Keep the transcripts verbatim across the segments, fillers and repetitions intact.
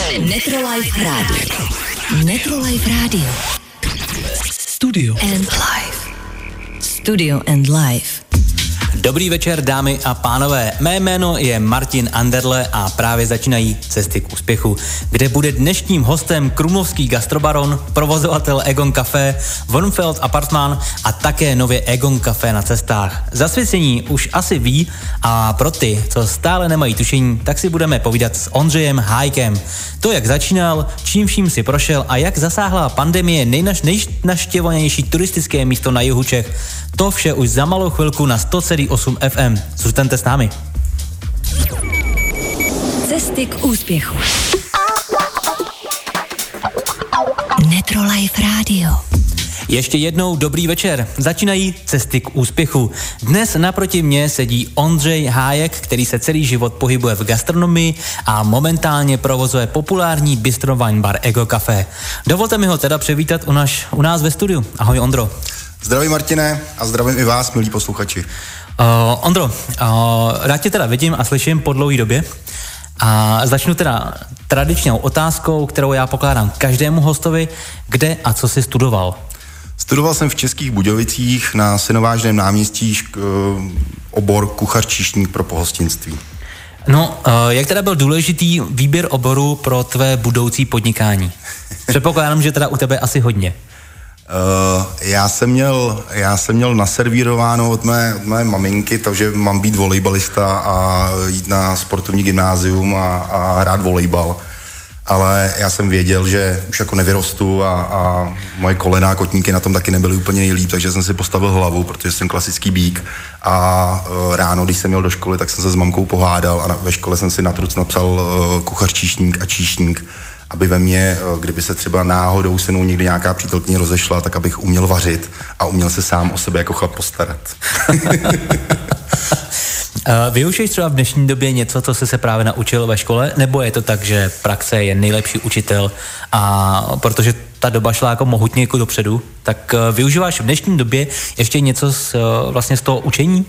Netrolife Radio. Netrolife Radio. Studio and Life. Studio and Life. Dobrý večer, dámy a pánové. Mé jméno je Martin Anderle a právě začínají Cesty k úspěchu, kde bude dnešním hostem krumlovský gastrobaron, provozovatel Egon Café, Wormfeld Apartman a také nově Egon Café na cestách. Zasvěcení už asi ví a pro ty, co stále nemají tušení, tak si budeme povídat s Ondřejem Hájkem. To, jak začínal, čím vším si prošel a jak zasáhla pandemie nejnaš, nejnaštěvovanější turistické místo na jihu Čech. To vše už za malou chvilku na sto celá osm ef em. Zůstaňte s námi. Cesty k úspěchu. Netrolife Radio. Ještě jednou dobrý večer. Začínají Cesty k úspěchu. Dnes naproti mně sedí Ondřej Hájek, který se celý život pohybuje v gastronomii a momentálně provozuje populární bistro wine bar Egon Café. Dovolte mi ho teda přivítat u, naš, u nás ve studiu. Ahoj, Ondro. Zdravím, Martine, a zdravím i vás, milí posluchači. Uh, Ondro, uh, rád tě teda vidím a slyším po dlouhé době. A začnu teda tradičnou otázkou, kterou já pokládám každému hostovi. Kde a co jsi studoval? Studoval jsem v Českých Budějovicích na Synovážném náměstí šk- obor kuchař-číšník pro pohostinství. No, uh, jak teda byl důležitý výběr oboru pro tvé budoucí podnikání? Předpokládám, že teda u tebe asi hodně. Uh, já jsem měl, já jsem měl naservírováno od mé, od mé maminky, takže mám být volejbalista a jít na sportovní gymnázium a, a hrát volejbal. Ale já jsem věděl, že už jako nevyrostu a, a moje kolena a kotníky na tom taky nebyly úplně nejlíp, takže jsem si postavil hlavu, protože jsem klasický bík a uh, ráno, když jsem měl do školy, tak jsem se s mamkou pohádal a na, ve škole jsem si na truc napsal uh, kuchař číšník a číšník, aby ve mně, kdyby se třeba náhodou se mnou někdy nějaká přítelkyně rozešla, tak abych uměl vařit a uměl se sám o sebe jako chlap postarat. Využiješ třeba v dnešní době něco, co jsi se právě naučil ve škole, nebo je to tak, že praxe je nejlepší učitel a protože ta doba šla jako mohutně jako dopředu, tak využíváš v dnešní době ještě něco z, vlastně z toho učení?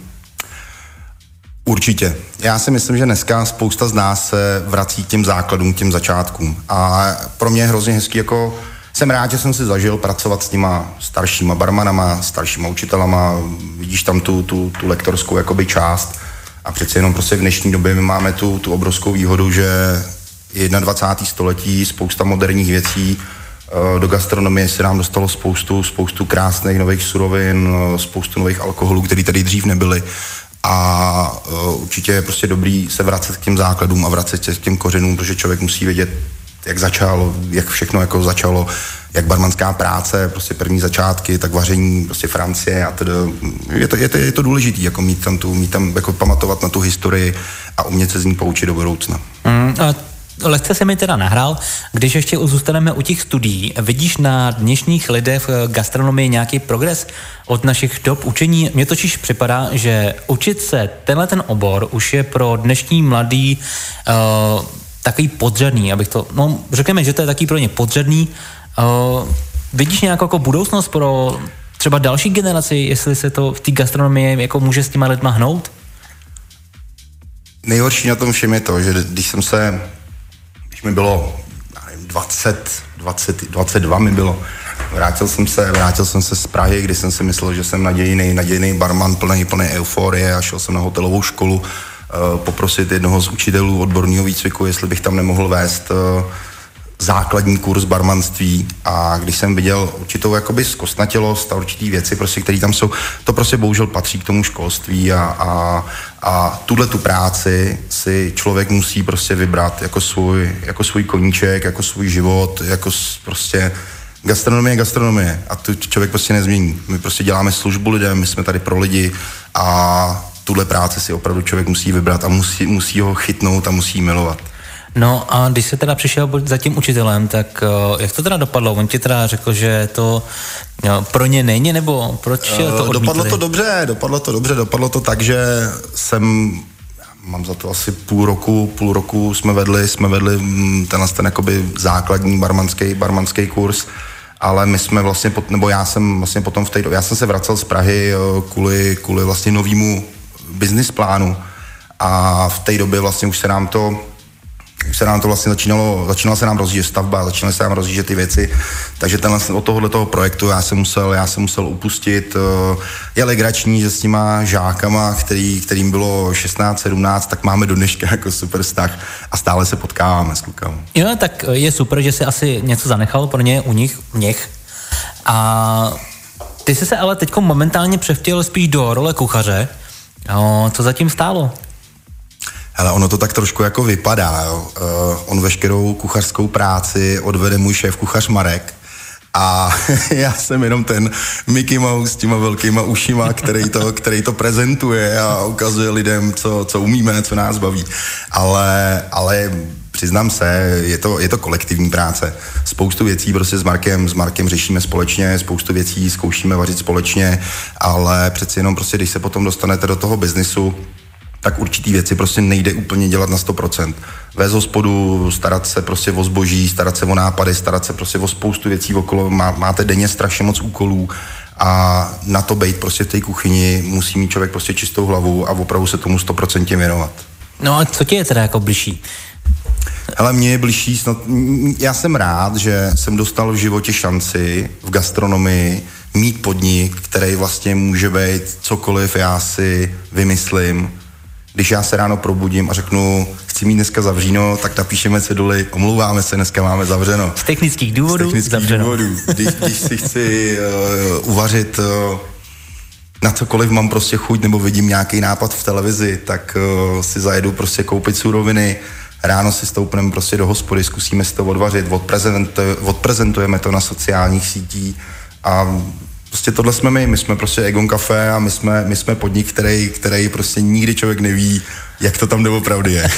Určitě. Já si myslím, že dneska spousta z nás se vrací k těm základům, k těm začátkům. A pro mě je hrozně hezký, jako jsem rád, že jsem si zažil pracovat s těma staršíma barmanama, staršíma učitelama, vidíš tam tu, tu, tu lektorskou jakoby část. A přece jenom prostě v dnešní době my máme tu, tu obrovskou výhodu, že je dvacátého prvního století, spousta moderních věcí, do gastronomie se nám dostalo spoustu, spoustu krásných nových surovin, spoustu nových alkoholů, které tady dřív nebyly. A uh, určitě je prostě dobrý se vracet k těm základům a vracet se k těm kořenům, protože člověk musí vědět, jak začalo, jak všechno jako začalo, jak barmanská práce, prostě první začátky, tak vaření, prostě Francie a tedy. Je to, je to, je to důležitý, jako mít tam tu, mít tam jako pamatovat na tu historii a umět se z ní poučit do budoucna. Mm, a lehce se mi teda nahrál, když ještě zůstaneme u těch studií, vidíš na dnešních lidech v gastronomii nějaký progres od našich dob učení? Mně totiž připadá, že učit se tenhle ten obor už je pro dnešní mladý uh, takový podřadný, abych to, no řekněme, že to je takový pro ně podřadný. Uh, vidíš nějakou jako budoucnost pro třeba další generaci, jestli se to v té gastronomii jako může s těma lidma hnout? Nejhorší na tom všem je to, že když jsem se mi bylo nevím, dvacet, dvacet, dvacet dva mi bylo. Vrátil jsem se, vrátil jsem se z Prahy, kdy jsem si myslel, že jsem nadějný, nadějný barman, plný, plný euforie a šel jsem na hotelovou školu uh, poprosit jednoho z učitelů odborného výcviku, jestli bych tam nemohl vést uh, základní kurz barmanství a když jsem viděl určitou jakoby zkostnatělost a určitý věci, prostě, které tam jsou, to prostě bohužel patří k tomu školství a, a, a tuhle tu práci si člověk musí prostě vybrat jako svůj, jako svůj koníček, jako svůj život, jako prostě gastronomie, gastronomie a tu člověk prostě nezmění. My prostě děláme službu lidem, my jsme tady pro lidi a tuhle práci si opravdu člověk musí vybrat a musí, musí ho chytnout a musí milovat. No a když se teda přišel za tím učitelem, tak uh, jak to teda dopadlo? On ti teda řekl, že to no, pro ně není, nebo proč to odmítli? Dopadlo to dobře, dopadlo to dobře, dopadlo to tak, že jsem, mám za to asi půl roku, půl roku jsme vedli, jsme vedli tenhle ten jakoby základní barmanský, barmanský kurz, ale my jsme vlastně, pot, nebo já jsem vlastně potom v té, já jsem se vracel z Prahy kvůli, kvůli vlastně novému business plánu a v té době vlastně už se nám to už se nám to vlastně začínalo, začínala se nám rozjíždět stavba, začínaly se nám rozjíždět ty věci, takže tenhle, od tohoto projektu já jsem musel, já jsem musel upustit. Je legrační, že s těma žákama, který, kterým bylo šestnáct sedmnáct, tak máme do dneška jako super vztah a stále se potkáváme s klukama. Jo, tak je super, že si asi něco zanechal pro ně, u nich, u nich. A ty jsi se ale teďko momentálně převtěl spíš do role kuchaře. O, co zatím stálo? Hele, ono to tak trošku jako vypadá, jo. Uh, on veškerou kuchařskou práci odvede můj šéf kuchař Marek a já jsem jenom ten Mickey Mouse s těma velkýma ušima, který to, který to prezentuje a ukazuje lidem, co, co umíme, co nás baví. Ale, ale přiznám se, je to, je to kolektivní práce. Spoustu věcí prostě s Markem, s Markem řešíme společně, spoustu věcí zkoušíme vařit společně, ale přeci jenom prostě, když se potom dostanete do toho biznisu, tak určitý věci prostě nejde úplně dělat na sto procent. Vést hospodu, starat se prostě o zboží, starat se o nápady, starat se prostě o spoustu věcí okolo, má, máte denně strašně moc úkolů a na to bejt prostě v té kuchyni musí mít člověk prostě čistou hlavu a opravdu se tomu sto procent věnovat. No a co ti je teda jako bližší? Hele, mně je bližší, snad, já jsem rád, že jsem dostal v životě šanci v gastronomii mít podnik, který vlastně může být cokoliv já si vymyslím. Když já se ráno probudím a řeknu, chci mít dneska zavříno, tak napíšeme ceduli, omlouváme se, dneska máme zavřeno. Z technických důvodů Z technických zavřeno. důvodů. Když, když si chci uh, uvařit uh, na cokoliv mám prostě chuť, nebo vidím nějaký nápad v televizi, tak uh, si zajedu prostě koupit suroviny, ráno si stoupneme prostě do hospody, zkusíme si to odvařit, odprezentujeme, odprezentujeme to na sociálních sítích a prostě tohle jsme my, my jsme prostě Egon Café a my jsme, my jsme podnik, který, který prostě nikdy člověk neví, jak to tam doopravdy je.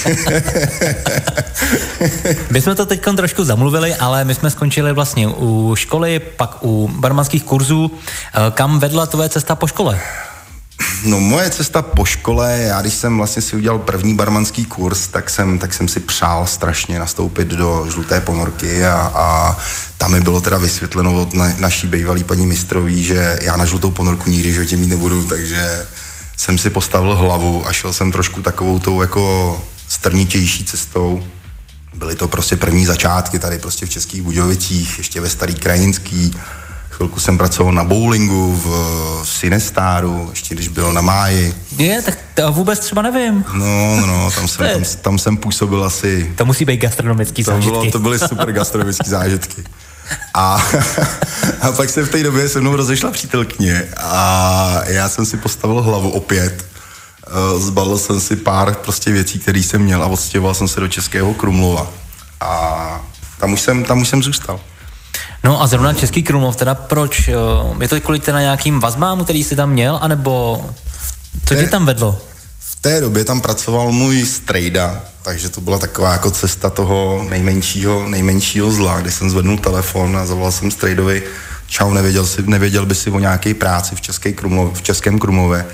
My jsme to teď trošku zamluvili, ale my jsme skončili vlastně u školy, pak u barmanských kurzů. Kam vedla tvoje cesta po škole? No moje cesta po škole, já když jsem vlastně si udělal první barmanský kurz, tak jsem, tak jsem si přál strašně nastoupit do Žluté ponorky a, a tam mi bylo teda vysvětleno od na, naší bývalý paní mistrový, že já na Žlutou ponorku nikdy v životě mít nebudu, takže jsem si postavil hlavu a šel jsem trošku takovou tou jako strnitější cestou. Byly to prostě první začátky tady prostě v Českých Budějovicích, ještě ve Starý Krajinský. Chvilku jsem pracoval na bowlingu, v, v Cinestaru, ještě když byl na Máji. Je, tak to vůbec třeba nevím. No, no, no, tam jsem, tam, tam jsem působil asi... To musí být gastronomický to zážitky. Bylo, to byly super gastronomické zážitky. A, a pak se v té době se mnou rozešla přítelkyně a já jsem si postavil hlavu opět. Zbalil jsem si pár prostě věcí, které jsem měl a odstěhoval jsem se do Českého Krumlova. A tam už jsem, tam už jsem zůstal. No a zrovna Český Krumlov, teda proč? Je to kvůli teda nějakým vazbám, který jsi tam měl, anebo co tě tam vedlo? V té době tam pracoval můj strejda, takže to byla taková jako cesta toho nejmenšího, nejmenšího zla, kdy jsem zvednul telefon a zavolal jsem strejdovi, čau, nevěděl, si, nevěděl by si o nějaké práci v, České Krumlov, v Českém Krumlově.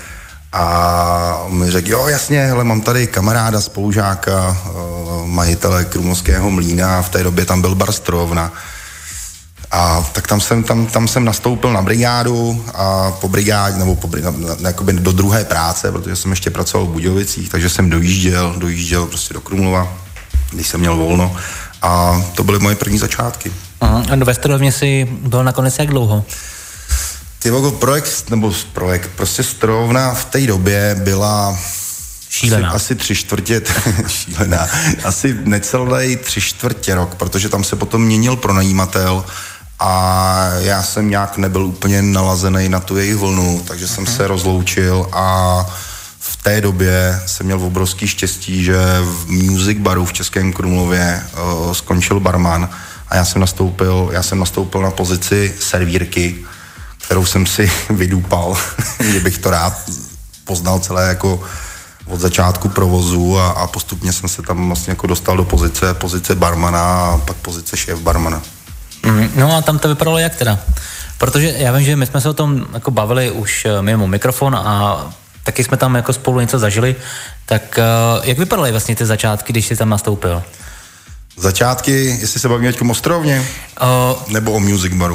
A on mi řekl, jo jasně, hele, mám tady kamaráda, spolužáka, majitele Krumlovského mlýna, v té době tam byl bar Strojovna. A tak tam jsem, tam, tam jsem nastoupil na brigádu a po brigádě, nebo po, na, na, do druhé práce, protože jsem ještě pracoval v Budějovicích, takže jsem dojížděl, dojížděl prostě do Krumlova, když jsem měl volno a to byly moje první začátky. Aha, a ve Strojovně jsi byl nakonec jak dlouho? Ty jako projekt, nebo projekt, prostě Strojovna v té době byla šílená. Asi, asi tři čtvrtě, šílená, asi necelý tři čtvrtě rok, protože tam se potom měnil pronajímatel a já jsem nějak nebyl úplně nalazený na tu jejich vlnu, takže jsem uh-huh. se rozloučil a v té době jsem měl obrovský štěstí, že v music baru v Českém Krumlově uh, skončil barman a já jsem nastoupil, já jsem nastoupil na pozici servírky, kterou jsem si vydupal, že bych to rád poznal celé jako od začátku provozu a, a postupně jsem se tam vlastně jako dostal do pozice, pozice barmana a pak pozice šéf barmana. Mm, no a tam to vypadalo jak teda? Protože já vím, že my jsme se o tom jako bavili už mimo mikrofon a taky jsme tam jako spolu něco zažili, tak uh, jak vypadaly vlastně ty začátky, když jsi tam nastoupil? Začátky, jestli se bavíme teď o Ostrovně? Uh, nebo o music baru?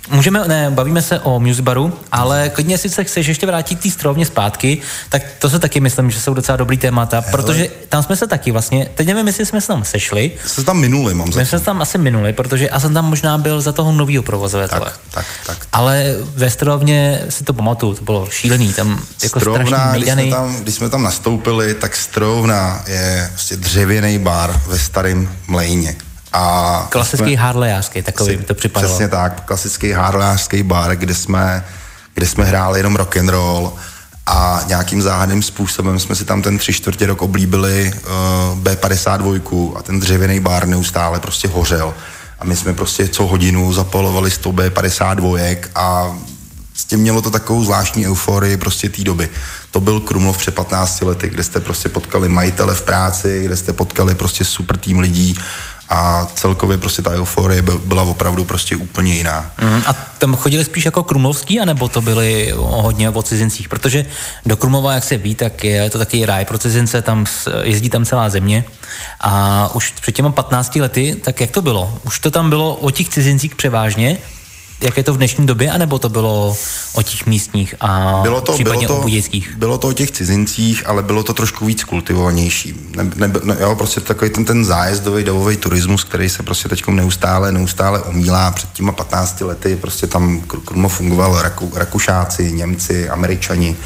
Můžeme, ne, bavíme se o Music Baru, ale klidně si se chceš ještě vrátit tý strovně zpátky, tak to se taky myslím, že jsou docela dobrý témata, hele, protože tam jsme se taky vlastně, teď nevím, jestli jsme se tam sešli. Jsme tam minuli, mám za My jsme se tam asi minuli, protože já jsem tam možná byl za toho novýho provozovatele. Tak, tak, tak. Ale ve Strovně si to pamatuju, to bylo šílený, tam jako Strovna, strašný mejdany. Když jsme, tam, když jsme tam nastoupili, tak Strovna je prostě dřevěný bar ve starém Mlejně. A klasický jsme, harlejářský, takový mi to připadalo. Přesně tak, klasický harlejářský bar, kde jsme, kde jsme hráli jenom rock and roll a nějakým záhadným způsobem jsme si tam ten tři čtvrtě rok oblíbili uh, bé padesát dva a ten dřevěný bar neustále prostě hořel. A my jsme prostě co hodinu zapalovali sto bé padesát dva a s tím mělo to takovou zvláštní euforii prostě té doby. To byl Krumlov před patnácti lety, kde jste prostě potkali majitele v práci, kde jste potkali prostě super tým lidí a celkově prostě ta euforie byla opravdu prostě úplně jiná. Mm, a tam chodili spíš jako krumlovský, anebo to byly hodně o cizincích? Protože do Krumlova, jak se ví, tak je to taky ráj pro cizince, tam jezdí tam celá země a už před těma patnácti lety, tak jak to bylo? Už to tam bylo o těch cizincích převážně? Jak je to v dnešní době, anebo to bylo o těch místních a bylo to, případně bylo to, o budějských? Bylo to o těch cizincích, ale bylo to trošku víc kultivovanější. Ne, ne, ne, jo, prostě takový ten, ten zájezdový davový turismus, který se prostě teď neustále, neustále omílá. Před těma patnácti lety prostě tam Krumlov fungoval Raku, Rakušáci, Němci, Američani,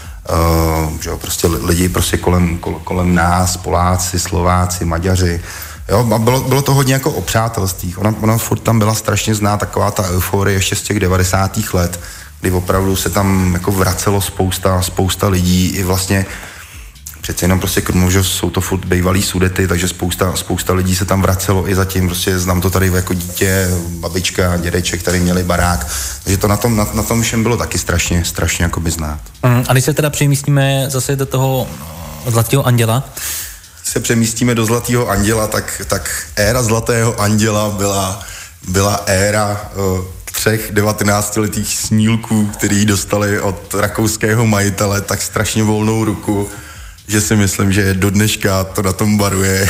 uh, že jo, prostě lidi prostě kolem, kol, kolem nás, Poláci, Slováci, Maďaři. Jo, a bylo, bylo to hodně jako o přátelstvích. Ona, ona furt tam byla strašně zná taková ta euforie ještě z těch devadesátých let, kdy opravdu se tam jako vracelo spousta, spousta lidí i vlastně přece jenom prostě Krumlov, že jsou to furt bývalý Sudety, takže spousta, spousta lidí se tam vracelo i zatím, prostě znám to tady jako dítě, babička, dědeček, tady měli barák, takže to na tom, na, na tom všem bylo taky strašně, strašně jako by znát. Mm, a když se teda přemístíme zase do toho Zlatého anděla, se přemístíme do Zlatého anděla, tak, tak éra Zlatého anděla byla, byla éra uh, třech devatenáctiletých snílků, který dostali od rakouského majitele tak strašně volnou ruku, že si myslím, že do dneška to na tom baru je.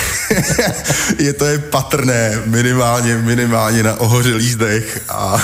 je to je patrné minimálně, minimálně na ohořelý zdech a,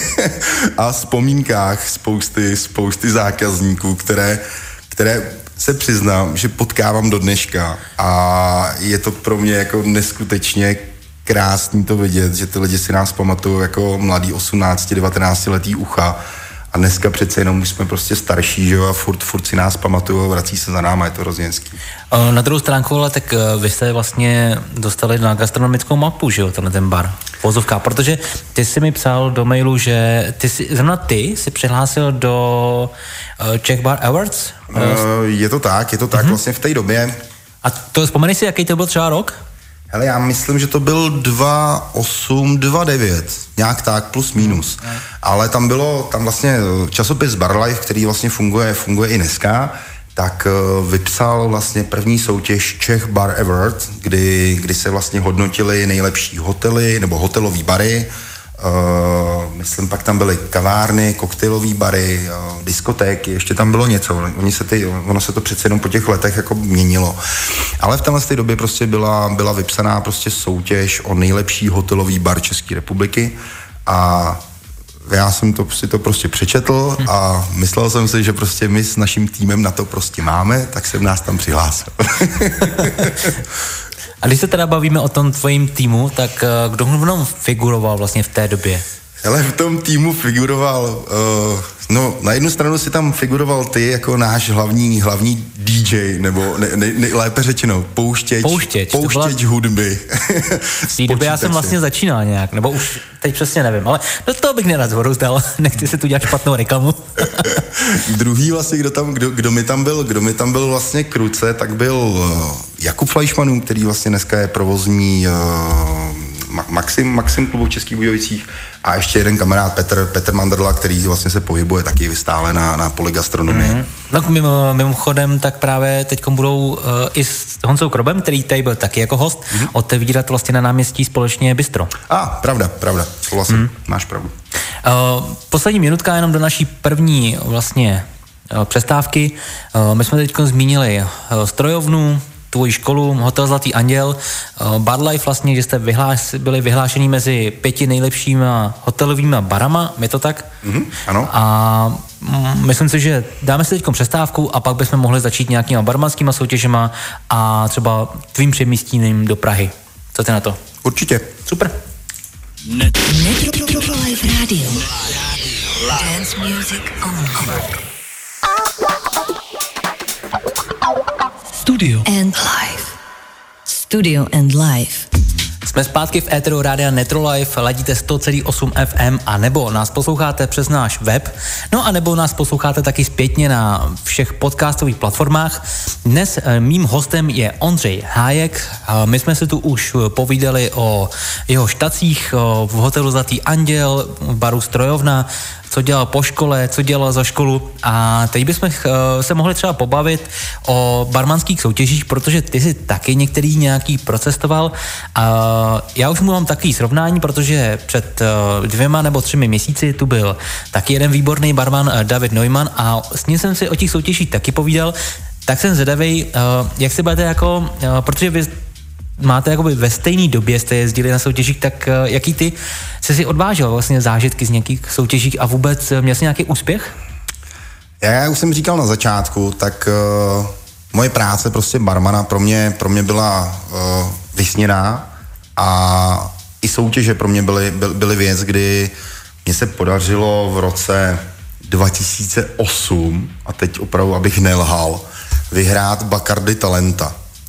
a vzpomínkách spousty, spousty zákazníků, které, které se přiznám, že potkávám do dneška a je to pro mě jako neskutečně krásný to vidět, že ty lidi si nás pamatují jako mladý osmnácti devatenácti letý ucha a dneska přece jenom už jsme prostě starší, že jo, a furt, furt si nás pamatují a vrací se za náma, je to hrozně hezký. Na druhou stránku, ale tak vy jste vlastně dostali na gastronomickou mapu, že jo, tenhle ten bar, vozovka, protože ty jsi mi psal do mailu, že ty jsi, zrovna ty jsi přihlásil do uh, Czech Bar Awards? Uh, je to tak, je to tak, mm-hmm. vlastně v té době. A to vzpomeneš si, jaký to byl třeba rok? Hele, já myslím, že to byl dva osm, dva devět, nějak tak, plus minus. Mm. Ale tam bylo, tam vlastně časopis Bar Life, který vlastně funguje, funguje i dneska, tak uh, vypsal vlastně první soutěž Czech Bar Award, kdy, kdy se vlastně hodnotily nejlepší hotely nebo hotelový bary. Uh, myslím, pak tam byly kavárny, koktejlový bary, uh, diskotéky, ještě tam bylo něco. Oni se ty, ono se to přece jenom po těch letech jako měnilo. Ale v téhle té době prostě byla, byla vypsaná prostě soutěž o nejlepší hotelový bar České republiky a já jsem to, si to prostě přečetl a myslel jsem si, že prostě my s naším týmem na to prostě máme, tak jsem nás tam přihlásil. A když se teda bavíme o tom tvojím týmu, tak kdo v tom figuroval vlastně v té době? Hele, v tom týmu figuroval, uh, no na jednu stranu si tam figuroval ty jako náš hlavní, hlavní dý džej, nebo ne, ne, ne, lépe řečeno, pouštěč, pouštěč, pouštěč byla... hudby. V té době já jsem vlastně začínal nějak, nebo už teď přesně nevím, ale do toho bych nerad zhoru zdal, nechci si tu dělat špatnou reklamu. Druhý vlastně, kdo, tam, kdo, kdo, mi tam byl, kdo mi tam byl vlastně kruce, tak byl uh, Jakub Fleischmannů, který vlastně dneska je provozní uh, Maxim, Maxim klubu v Českých Budějovicích a ještě jeden kamarád Petr, Petr Mandrla, který vlastně se pohybuje taky stále na, na poli gastronomie. Mm-hmm. No mimo, mimochodem, tak právě teď budou uh, i s Honzou Krobem, který tady byl taky jako host, mm-hmm. otevírat vlastně na náměstí společně bistro. A, ah, pravda, pravda, souhlasím, mm-hmm. máš pravdu. Uh, poslední minutka jenom do naší první vlastně uh, přestávky. Uh, my jsme teď zmínili uh, strojovnu, tvoji školu, Hotel Zlatý anděl, Bar Life vlastně, že jste vyhlás, byli vyhlášení mezi pěti nejlepšími hotelovými barama, je to tak? Mm-hmm, ano. A myslím si, že dáme si teď přestávku a pak bychom mohli začít nějakýma barmanskýma soutěžema a třeba tvým přemístěním do Prahy. Co ty na to? Určitě. Super. Metro Life Radio. Dance music only. Studio and Live. Studio and Live. Jsme zpátky v éteru rádia Netrolife, ladíte sto celá osm F M a nebo nás posloucháte přes náš web, no a nebo nás posloucháte taky zpětně na všech podcastových platformách. Dnes mým hostem je Ondřej Hájek, my jsme si tu už povídali o jeho štacích v hotelu Zlatý anděl, v baru Strojovna, co dělal po škole, co dělal za školu a teď bychom se mohli třeba pobavit o barmanských soutěžích, protože ty si taky některý nějaký procestoval a já už mu mám takový srovnání, protože před dvěma nebo třemi měsíci tu byl taky jeden výborný barman David Neumann a s ním jsem si o těch soutěžích taky povídal, tak jsem zvědavej, jak se budete jako, protože vy máte jakoby ve stejné době jste jezdili na soutěžích, tak jaký ty jsi si odvážel vlastně zážitky z nějakých soutěžích a vůbec měl jsi nějaký úspěch? Já, já už jsem říkal na začátku, tak uh, moje práce prostě barmana pro mě, pro mě byla uh, vysněná a i soutěže pro mě byly, byly, byly věc, kdy mně se podařilo v roce dva tisíce osm, a teď opravdu, abych nelhal, vyhrát Bacardi Talenta.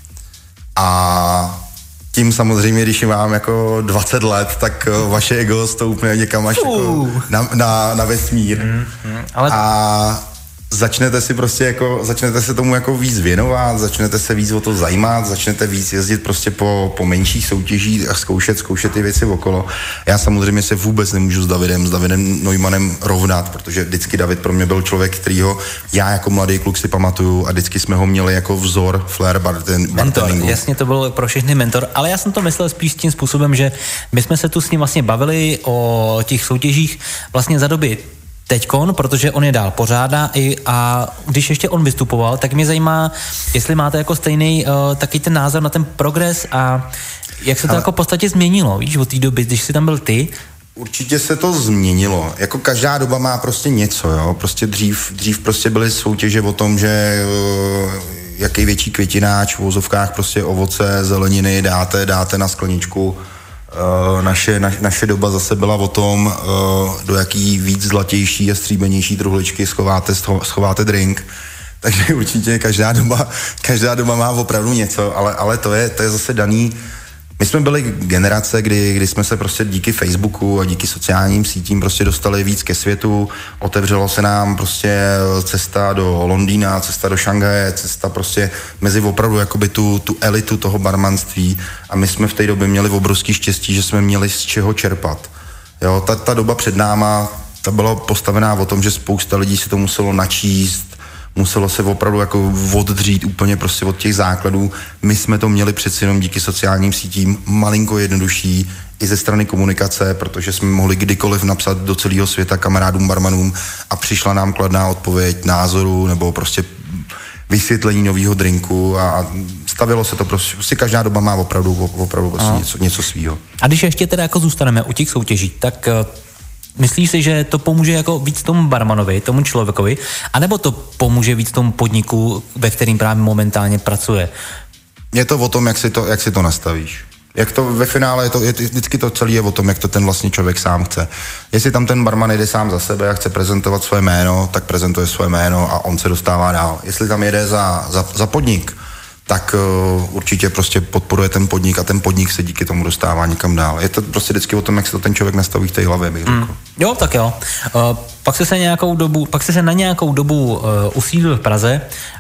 A tím samozřejmě, když mám jako dvacet let, tak vaše ego stoupne někam až jako na, na, na vesmír. Mm, mm, ale... A začnete si prostě jako, začnete se tomu jako víc věnovat, začnete se víc o to zajímat, začnete víc jezdit prostě po, po menších soutěžích a zkoušet, zkoušet ty věci okolo. Já samozřejmě se vůbec nemůžu s Davidem, s Davidem Neumannem rovnat, protože vždycky David pro mě byl člověk, kterýho já jako mladý kluk si pamatuju a vždycky jsme ho měli jako vzor flair barten, mentor, jasně, to byl pro všechny mentor, ale já jsem to myslel spíš tím způsobem, že my jsme se tu s ním vlastně bavili o těch soutěžích vlastně za doby teďkon, protože on je dál pořádá i a když ještě on vystupoval, tak mě zajímá, jestli máte jako stejný uh, taky ten názor na ten progres a jak se to Ale... jako v podstatě změnilo, víš, od té doby, když jsi tam byl ty. Určitě se to změnilo. Jako každá doba má prostě něco, jo. Prostě dřív, dřív prostě byly soutěže o tom, že uh, jaký větší květináč v vozovkách prostě ovoce, zeleniny dáte, dáte na skleničku. Uh, naše, na, naše doba zase byla o tom, uh, do jaký víc zlatější a stříbenější truhličky schováte, schováte drink. Takže určitě každá doba, každá doba má opravdu něco, ale, ale to, je, to je zase daný. My jsme byli generace, kdy, kdy jsme se prostě díky Facebooku a díky sociálním sítím prostě dostali víc ke světu, otevřelo se nám prostě cesta do Londýna, cesta do Šanghaje, cesta prostě mezi opravdu jakoby tu, tu elitu toho barmanství a my jsme v té době měli obrovský štěstí, že jsme měli z čeho čerpat. Jo, ta, ta doba před náma, ta byla postavená o tom, že spousta lidí si to muselo načíst, muselo se opravdu jako oddřít úplně prostě od těch základů. My jsme to měli přeci jenom díky sociálním sítím malinko jednodušší i ze strany komunikace, protože jsme mohli kdykoliv napsat do celého světa kamarádům, barmanům a přišla nám kladná odpověď názoru nebo prostě vysvětlení nového drinku a stavilo se to prostě, prostě každá doba má opravdu, opravdu prostě něco, něco svýho. A když ještě teda jako zůstaneme u těch soutěží, tak myslíš si, že to pomůže jako víc tomu barmanovi, tomu člověkovi, anebo to pomůže víc tomu podniku, ve kterým právě momentálně pracuje? Je to o tom, jak si to, jak si to nastavíš. Jak to ve finále, je to, je, vždycky to celé je o tom, jak to ten vlastně člověk sám chce. Jestli tam ten barman jede sám za sebe a chce prezentovat své jméno, tak prezentuje své jméno a on se dostává dál. Jestli tam jede za, za, za podnik, tak uh, určitě prostě podporuje ten podnik a ten podnik se díky tomu dostává někam dál. Je to prostě vždycky o tom, jak se to ten člověk nastaví v té hlavě, bych řekl. Mm. Jo, tak jo. Uh, pak jsi se nějakou dobu, pak jsi se na nějakou dobu uh, usídlil v Praze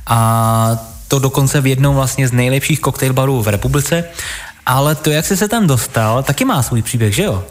a to dokonce v jednom vlastně z nejlepších koktejl barů v republice, ale to, jak jsi se tam dostal, taky má svůj příběh, že jo?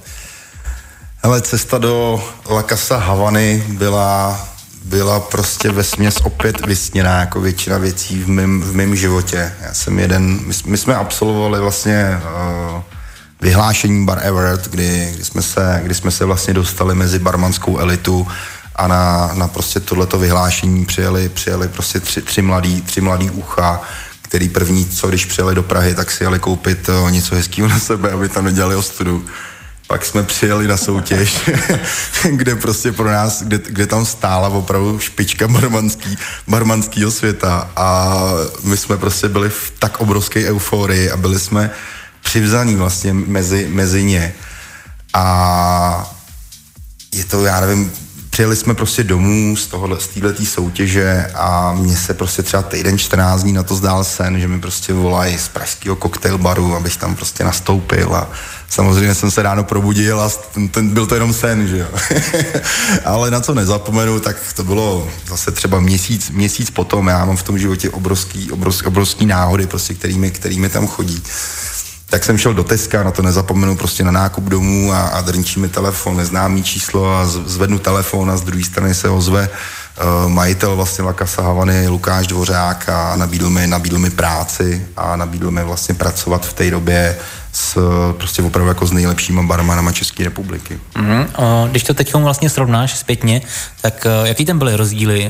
Ale cesta do La Casa Havany byla byla prostě vesměs opět vysněná jako většina věcí v mém, v mém životě. Já jsem jeden, my, my jsme absolvovali vlastně uh, vyhlášení Bar Everett, kdy, kdy, jsme se, kdy jsme se vlastně dostali mezi barmanskou elitu a na, na prostě tohleto vyhlášení přijeli, přijeli prostě tři, tři, mladý, tři mladý ucha, který první, co když přijeli do Prahy, tak si jeli koupit o, něco hezkého na sebe, aby tam nedělali ostudu. Pak jsme přijeli na soutěž, kde prostě pro nás, kde, kde tam stála opravdu špička barmanský, barmanskýho světa a my jsme prostě byli v tak obrovské euforii a byli jsme přivzaní vlastně mezi, mezi ně. A je to, já nevím, přijeli jsme prostě domů z tohohle, z téhletý soutěže a mně se prostě třeba týden čtrnáct dní na to zdál sen, že mi prostě volají z pražského koktejl baru, abych tam prostě nastoupil a samozřejmě jsem se ráno probudil a ten, ten byl to jenom sen, že jo. Ale na co nezapomenu, tak to bylo zase třeba měsíc, měsíc potom, já mám v tom životě obrovský, obrovský, obrovský náhody, prostě, kterými, kterými tam chodí. Tak jsem šel do Teska, na to nezapomenu, prostě na nákup domů a, a drnčí mi telefon, neznámý číslo a zvednu telefon a z druhé strany se ozve uh, majitel vlastně La Casa Havany, Lukáš Dvořák a nabídl mi, nabídl mi práci a nabídl mi vlastně pracovat v té době s prostě opravdu jako s nejlepšíma barmanama České republiky. Mm, když to teď vlastně srovnáš zpětně, tak jaký tam byly rozdíly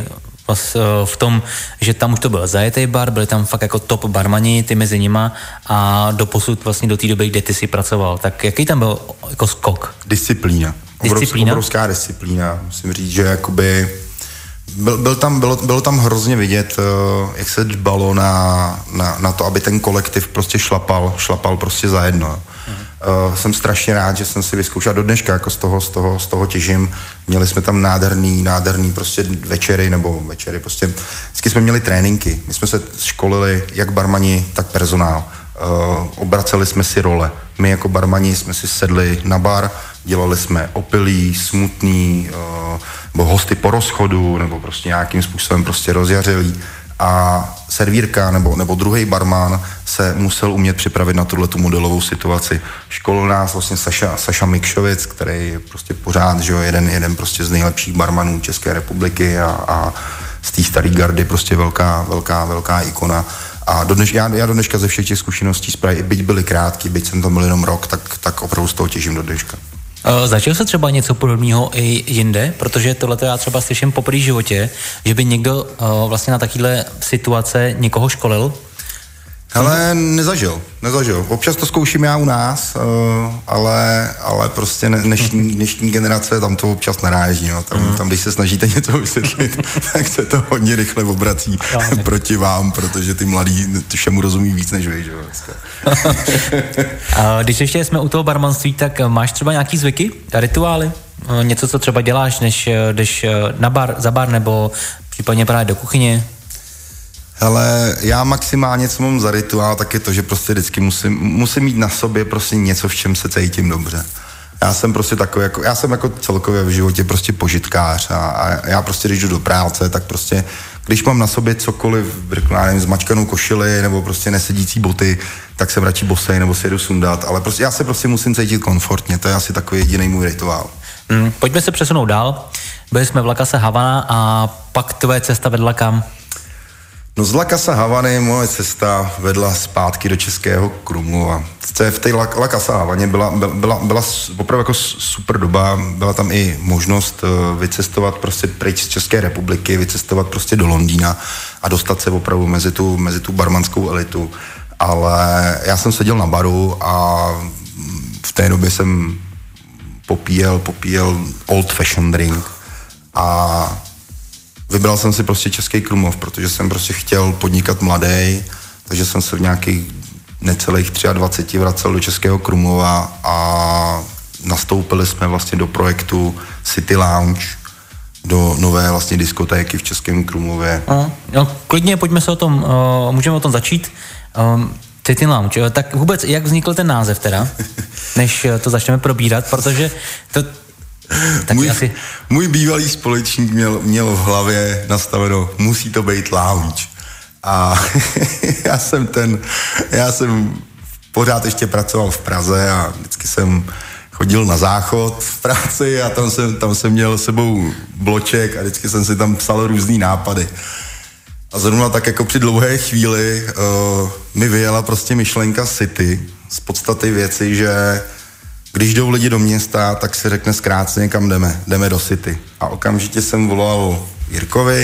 v tom, že tam už to byl zajetý bar, byli tam fakt jako top barmani, ty mezi nima a doposud vlastně do té doby, kde ty si pracoval, tak jaký tam byl jako skok? Disciplína. Disciplína? Obrovská disciplína. Musím říct, že jakoby byl, byl tam, bylo, bylo tam hrozně vidět, jak se dbalo na, na, na to, aby ten kolektiv prostě šlapal, šlapal prostě zajedno. Uh, jsem strašně rád, že jsem si vyzkoušel do dneška, jako z toho, z toho, z toho těžím. Měli jsme tam nádherný, nádherný prostě večery, nebo večery, prostě vždycky jsme měli tréninky. My jsme se školili jak barmani, tak personál. Uh, obraceli jsme si role. My jako barmani jsme si sedli na bar, dělali jsme opilý, smutný, uh, nebo hosty po rozchodu, nebo prostě nějakým způsobem prostě rozjařilý. A servírka nebo, nebo druhý barman se musel umět připravit na tuhletu modelovou situaci. Školil nás vlastně Saša, Saša Mikšovic, který je prostě pořád, že jo, jeden, jeden prostě z nejlepších barmanů České republiky a, a z té staré gardy prostě velká, velká, velká ikona. A do dneš, já, já do dneška ze všech těch zkušeností z Prahy, byť byly krátký, byť jsem tam byl jenom rok, tak, tak opravdu z toho těžím do dneška. Uh, začal se třeba něco podobného i jinde, protože tohle já třeba slyším poprvé v životě, že by někdo uh, vlastně na takovéhle situace někoho školil? Ale nezažil, nezažil. Občas to zkouším já u nás, uh, ale, ale prostě dnešní, dnešní generace tam to občas naráží. No. Tam, mm. tam, když se snažíte něco vysvětlit, tak se to hodně rychle obrací no, proti vám, protože ty mladí všemu rozumí víc než vy. Že? A když ještě jsme u toho barmanství, tak máš třeba nějaký zvyky, rituály? Něco, co třeba děláš, než jdeš na bar, za bar, nebo případně právě do kuchyně? Ale já maximálně, co mám za rituál, tak je to, že prostě vždycky musím, musím mít na sobě prostě něco, v čem se cítím dobře. Já jsem prostě takový, jako, já jsem jako celkově v životě prostě požitkář a, a já prostě, když jdu do práce, tak prostě, když mám na sobě cokoliv, já nevím, zmačkanou košili nebo prostě nesedící boty, tak jsem radši bosej nebo si jedu sundat, ale prostě já se prostě musím cítit komfortně, to je asi takový jediný můj rituál. Hmm, pojďme se přesunout dál. Byli jsme v La Casa Havana a pak tvoje cesta vedla kam? No z La Casa Havany moje cesta vedla zpátky do Českého Krumlova. V té La, La Casa Havaně byla, byla, byla opravdu jako super doba, byla tam i možnost vycestovat prostě pryč z České republiky, vycestovat prostě do Londýna a dostat se opravdu mezi tu, mezi tu barmanskou elitu. Ale já jsem seděl na baru a v té době jsem popíjel, popíjel old fashion drink a vybral jsem si prostě Český Krumlov, protože jsem prostě chtěl podnikat mladý, takže jsem se v nějakých necelých dvacet tři vracel do Českého Krumlova a nastoupili jsme vlastně do projektu City Lounge, do nové vlastně diskotéky v Českém Krumlově. No, no, klidně pojďme se o tom, uh, můžeme o tom začít. Um, City Lounge, tak vůbec jak vznikl ten název teda, než to začneme probírat, protože to Můj, asi... můj bývalý společník měl, měl v hlavě nastaveno, musí to být lounge. A já jsem ten, já jsem pořád ještě pracoval v Praze a vždycky jsem chodil na záchod v práci a tam jsem, tam jsem měl sebou bloček a vždycky jsem si tam psal různý nápady. A zrovna tak jako při dlouhé chvíli uh, mi vyjela prostě myšlenka City z podstaty věci, že když jdou lidi do města, tak si řekne zkráceně, kam jdeme. Jdeme do City. A okamžitě jsem volal Jirkovi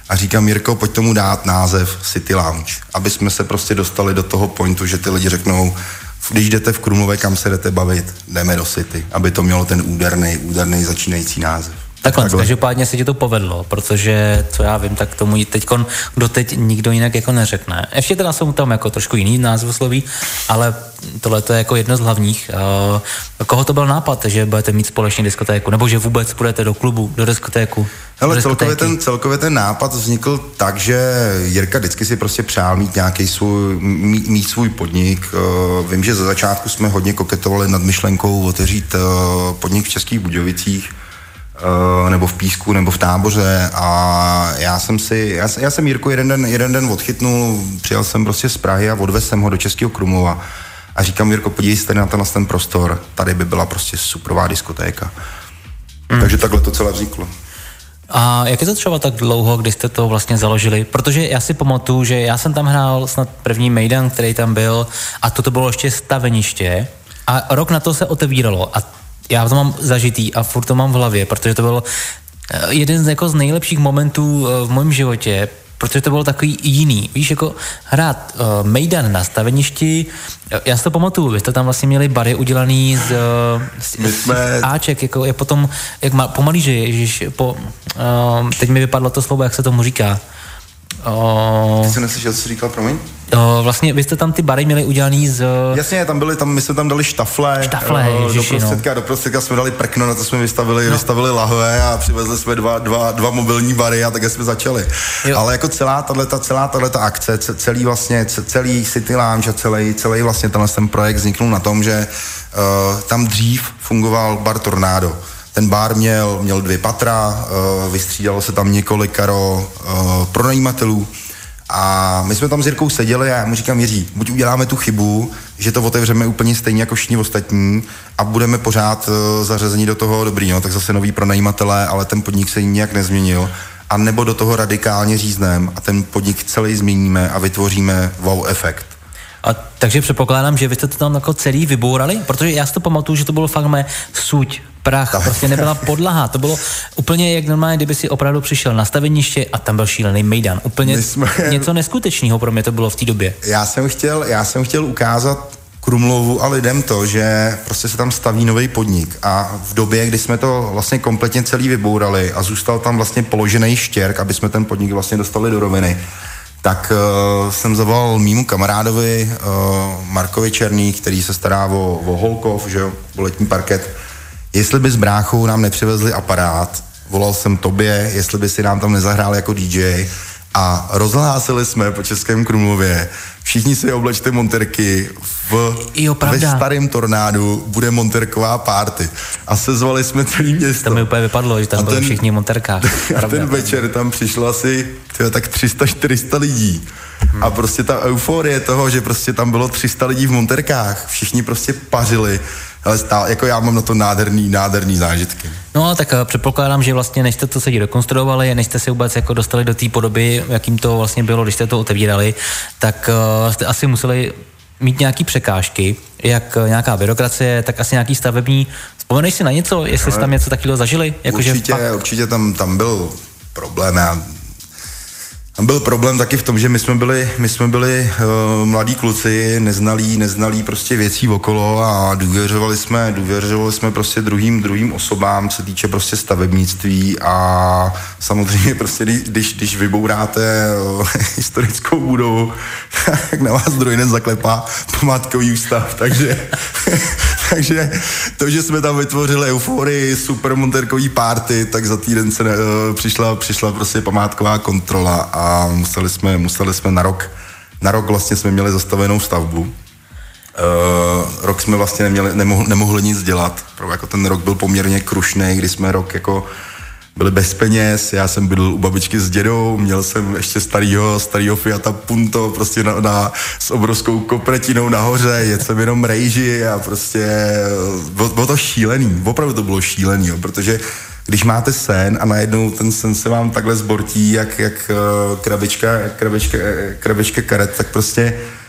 A říkám, Jirko, pojď tomu dát název City Lounge, aby jsme se prostě dostali do toho pointu, že ty lidi řeknou, když jdete v Krumlově, kam se jdete bavit, jdeme do City, aby to mělo ten úderný, úderný začínající název. Takhle, Takhle. Každopádně se ti to povedlo, protože, co já vím, tak tomu teďkon doteď nikdo jinak jako neřekne. Ještě teda jsou tam jako trošku jiný názvosloví, ale tohle to je jako jedno z hlavních. Uh, koho to byl nápad, že budete mít společně diskotéku, nebo že vůbec půjdete do klubu, do diskotéku? Hele, do celkově ten, celkově ten nápad vznikl tak, že Jirka vždycky si prostě přál mít nějaký svůj, mít, mít svůj podnik. Uh, vím, že za začátku jsme hodně koketovali nad myšlenkou otevřít uh, podnik v Českých Budějovicích, Uh, nebo v Písku, nebo v Táboře a já jsem si, já, já jsem Jirku jeden den, jeden den odchytnul, přijel jsem prostě z Prahy a odvez jsem ho do Českého Krumlova a říkám, Jirko, podívej se na ten, na ten prostor, tady by byla prostě superová diskotéka. Mm. Takže takhle to celé vzniklo. A jak je to třeba tak dlouho, kdy jste to vlastně založili? Protože já si pamatuju, že já jsem tam hrál snad první Mejdan, který tam byl a toto bylo ještě staveniště a rok na to se otevíralo a já to mám zažitý a furt to mám v hlavě, protože to byl jeden z, jako z nejlepších momentů v mém životě, protože to bylo takový jiný. Víš, jako hrát uh, Mejdan na staveništi, já si to pamatuju, vy jste tam vlastně měli bary udělaný z, z, jsme... z áček, jako je potom, jak má, pomalý, že ježiš, po, uh, teď mi vypadlo to slovo, jak se tomu říká. Uh, Ty jsi neslyšel, co jsi říkal, promiň? Uh, vlastně vy jste tam ty bary měli udělaný z... Jasně, tam byly, tam, my jsme tam dali štafle. Štafle, uh, ježiši, do prostředka, no. do prostředka jsme dali prkno, na to jsme vystavili, no. vystavili lahve a přivezli jsme dva, dva, dva mobilní bary a takhle jsme začali. Jo. Ale jako celá tato, celá tato akce, celý vlastně, celý City Lounge a celý, celý vlastně tenhle ten projekt vzniknul na tom, že uh, tam dřív fungoval bar Tornado. Ten bar měl, měl dvě patra, uh, vystřídalo se tam několikaro uh, pronajímatelů a my jsme tam s Jirkou seděli a já mu říkám, Jiří, buď uděláme tu chybu, že to otevřeme úplně stejně jako všichni ostatní a budeme pořád uh, zařazení do toho dobrý, no, tak zase noví pronajímatelé, ale ten podnik se nijak nezměnil, a nebo do toho radikálně řízneme a ten podnik celý změníme a vytvoříme wow efekt. A takže předpokládám, že vy jste to tam jako celý vybourali, protože já si to pamatuju, že to bylo fakt mé suť, prach, tak. Prostě nebyla podlaha, to bylo úplně jak normálně, kdyby si opravdu přišel na staveniště a tam byl šílený Mejdan, úplně jsme... něco neskutečného pro mě to bylo v té době. Já jsem chtěl, já jsem chtěl ukázat Krumlovu a lidem to, že prostě se tam staví nový podnik a v době, kdy jsme to vlastně kompletně celý vybourali a zůstal tam vlastně položený štěrk, aby jsme ten podnik vlastně dostali do roviny, tak uh, jsem zavolal mýmu kamarádovi uh, Markovi Černý, který se stará o, o Holkov, že jo, o letní parket, jestli by s bráchou nám nepřivezli aparát, volal jsem tobě, jestli by si nám tam nezahrál jako dý džej a rozhlásili jsme po Českém Krumlově, všichni si oblečte monterky, v, jo, ve starém Tornádu bude monterková party a sezvali jsme celý město. To mi úplně vypadlo, že tam byli všichni monterkách. A ten večer tam přišlo asi tyjo, tak tři sta čtyři sta lidí. Hmm. A prostě ta euforie toho, že prostě tam bylo tři sta lidí v monterkách, všichni prostě pařili, ale stále, jako já mám na to nádherný, nádherný zážitky. No tak předpokládám, že vlastně než jste to celý rekonstruovali, než jste se vůbec jako dostali do té podoby, jakým to vlastně bylo, když jste to otevírali, tak uh, jste asi museli mít nějaký překážky, jak nějaká byrokracie, tak asi nějaký stavební. Vzpomeneš si na něco, jestli jste tam něco takového zažili? Jako určitě, že fakt... určitě tam, tam byl problém. Já... Tam byl problém taky v tom, že my jsme byli, my jsme byli uh, mladí kluci, neznalí, neznalí prostě věcí okolo a důvěřovali jsme, důvěřovali jsme prostě druhým, druhým osobám, co týče prostě stavebnictví a samozřejmě prostě, když, když vybouráte uh, historickou budovu, tak na vás druhý den zaklepá památkový ústav, takže, takže to, že jsme tam vytvořili euforii, super monterkový party, tak za týden se uh, přišla, přišla prostě památková kontrola a a museli jsme, museli jsme na rok, na rok vlastně jsme měli zastavenou stavbu. Uh, rok jsme vlastně neměli, nemohli, nemohli nic dělat, protože jako ten rok byl poměrně krušný, kdy jsme rok jako byli bez peněz, já jsem bydl u babičky s dědou, měl jsem ještě starýho, starýho Fiata Punto, prostě na, na, s obrovskou kopretinou nahoře, jedl jsem jenom rejži a prostě bylo, bylo to šílený, opravdu to bylo šílený, jo, protože když máte sen a najednou ten sen se vám takhle zbortí, jak, jak krabička, krabička, krabička karet, tak prostě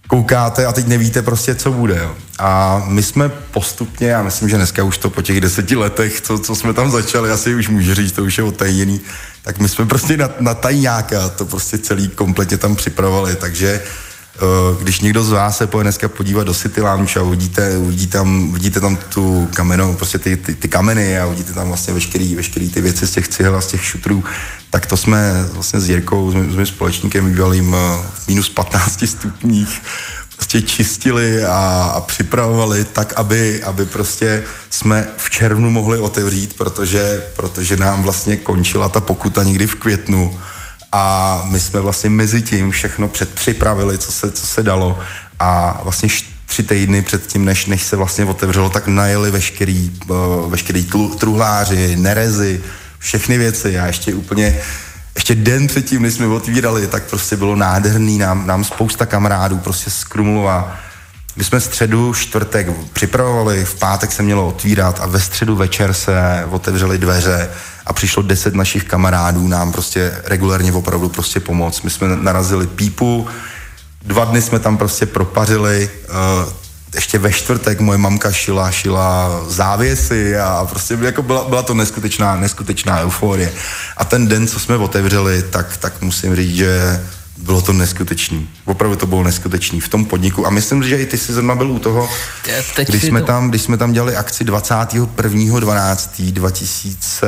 koukáte a teď nevíte prostě, co bude. Jo. A my jsme postupně, já myslím, že dneska už to po těch deseti letech, co, co jsme tam začali, asi už můžu říct, to už je otajněný, tak my jsme prostě na, na tajňáka to prostě celý kompletně tam připravovali, takže když někdo z vás se pojede dneska podívat do City Lounge a uvidíte, uvidíte, tam, uvidíte tam tu kamenou, prostě ty, ty, ty kameny a uvidíte tam vlastně veškerý, veškerý ty věci z těch cihel a z těch šutrů, tak to jsme vlastně s Jirkou, s mým, s mým společníkem bývalým v minus patnácti stupních prostě čistili a, a připravovali tak, aby, aby prostě jsme v červnu mohli otevřít, protože, protože nám vlastně končila ta pokuta někdy v květnu. A my jsme vlastně mezi tím všechno předpřipravili, co se, co se dalo a vlastně tři týdny před tím, než, než se vlastně otevřelo, tak najeli veškerý, uh, veškerý truhláři, nerezy, všechny věci a ještě úplně, ještě den předtím, než jsme otvírali, tak prostě bylo nádherný, nám, nám spousta kamarádů prostě z Krumlova. My jsme středu, čtvrtek připravovali, v pátek se mělo otvírat a ve středu večer se otevřely dveře a přišlo deset našich kamarádů nám prostě regulérně opravdu prostě pomoct. My jsme narazili pípu, dva dny jsme tam prostě propařili, uh, ještě ve čtvrtek moje mamka šila, šila závěsy a prostě jako byla, byla to neskutečná, neskutečná euforie. A ten den, co jsme otevřeli, tak, tak musím říct, že bylo to neskutečný. Opravdu to bylo neskutečný v tom podniku. A myslím, že i ty jsi zrovna byl u toho, když jsme, to... tam, když jsme tam dělali akci dvacátého prvního dvanáctého dva tisíce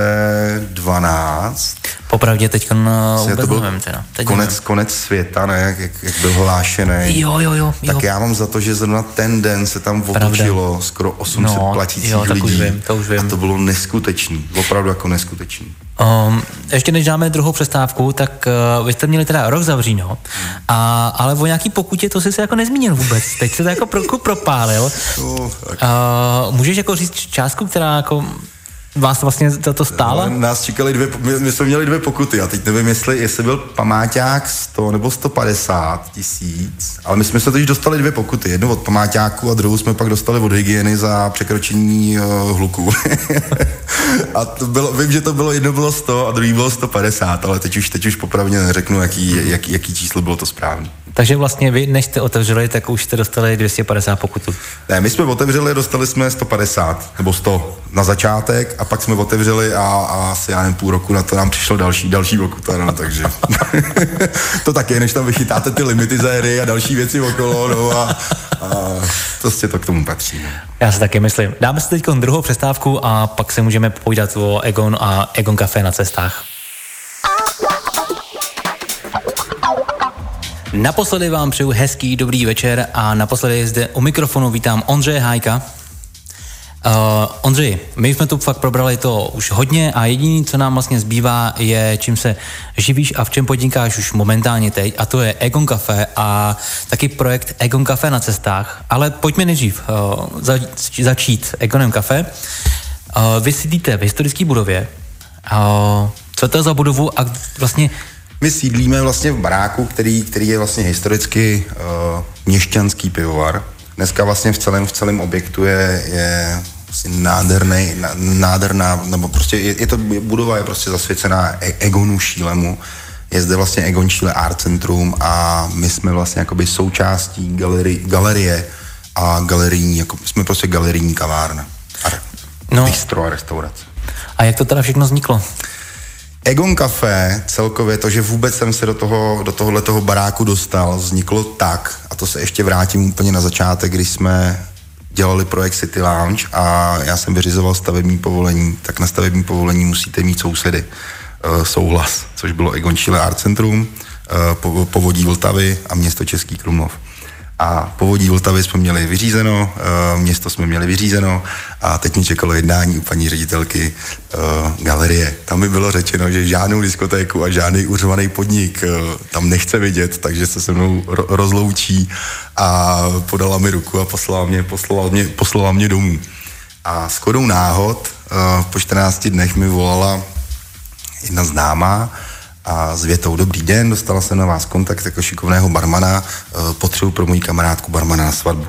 dvanáct. Popravdě teďka no, vůbec to byl nevím teda. Teď konec, nevím. konec světa, ne? Jak, jak, jak byl hlášený. Jo, jo, jo. Tak já mám za to, že zrovna ten den se tam otočilo Pravda. skoro osm set no, platících jo, lidí. Už vím, to už vím. A to bylo neskutečný. Opravdu jako neskutečný. Um, ještě než dáme druhou přestávku, tak uh, vy jste měli teda rok zavříno, a, ale o nějaký pokutě to jsi se jako nezmínil vůbec. Teď se to jako pro, propálil. No, uh, můžeš jako říct částku, která jako vás vlastně za to stála? No, nás čekali dvě, my, my jsme měli dvě pokuty a teď nevím, jestli, jestli byl pamáťák sto nebo sto padesát tisíc, ale my jsme se teď dostali dvě pokuty, jednu od pamáťáku a druhou jsme pak dostali od hygieny za překročení uh, hluku. A to bylo, vím, že to bylo, jedno bylo sto a druhý bylo sto padesát, ale teď už, teď už popravdě neřeknu, jaký, jaký, jaký číslo bylo to správně. Takže vlastně vy, než jste otevřeli, tak už jste dostali dvě stě padesát pokutu. Ne, my jsme otevřeli, dostali jsme sto padesát, nebo sto na začátek a pak jsme otevřeli a, a asi já nevím, půl roku na to nám přišlo další, další pokuta, no, takže to taky, než tam vychytáte ty limity za hry a další věci okolo, no a, a prostě to k tomu patří. No. Já si taky myslím. Dáme si teď druhou přestávku a pak se můžeme povídat o Egon a Egon Café na cestách. Naposledy vám přeju hezký dobrý večer a naposledy zde u mikrofonu vítám Ondřeje Hájka. Uh, Ondřej, my jsme tu fakt probrali to už hodně a jediné, co nám vlastně zbývá, je čím se živíš a v čem podnikáš už momentálně teď, a to je Egon Café a taky projekt Egon Café na cestách. Ale pojďme nejdřív uh, za, začít Egonem Café. Uh, vy sídlíte v historické budově. Uh, co to je za budovu a vlastně my sídlíme vlastně v baráku, který, který je vlastně historicky uh, měšťanský pivovar. Dneska vlastně v celém, v celém objektu je, je vlastně nádherný, nádherná, nebo prostě je, je to budova je prostě zasvěcená Egonu Šílemu. Je zde vlastně Egon Schiele Art Centrum a my jsme vlastně jakoby součástí galerie, galerie a galerijní, jako jsme prostě galerijní kavárna. A no. Bistro a restaurace. A jak to teda všechno vzniklo? Egon Café, celkově to, že vůbec jsem se do toho, do tohohletoho baráku dostal, vzniklo tak, a to se ještě vrátím úplně na začátek, když jsme dělali projekt City Lounge a já jsem vyřizoval stavební povolení, tak na stavební povolení musíte mít sousedy, uh, souhlas, což bylo Egon Schiele Art Centrum, uh, Povodí Vltavy a město Český Krumlov. A Povodí Vltavy jsme měli vyřízeno, uh, město jsme měli vyřízeno a teď mě čekalo jednání u paní ředitelky uh, galerie. Tam mi bylo řečeno, že žádnou diskotéku a žádný uřvaný podnik uh, tam nechce vidět, takže se se mnou ro- rozloučí a podala mi ruku a poslala mě, poslala mě, poslala mě domů. A shodou náhod uh, po čtrnácti dnech mi volala jedna známá a s větou: dobrý den, dostala jsem na vás kontakt jako šikovného barmana, potřebuji pro moji kamarádku barmana na svatbu.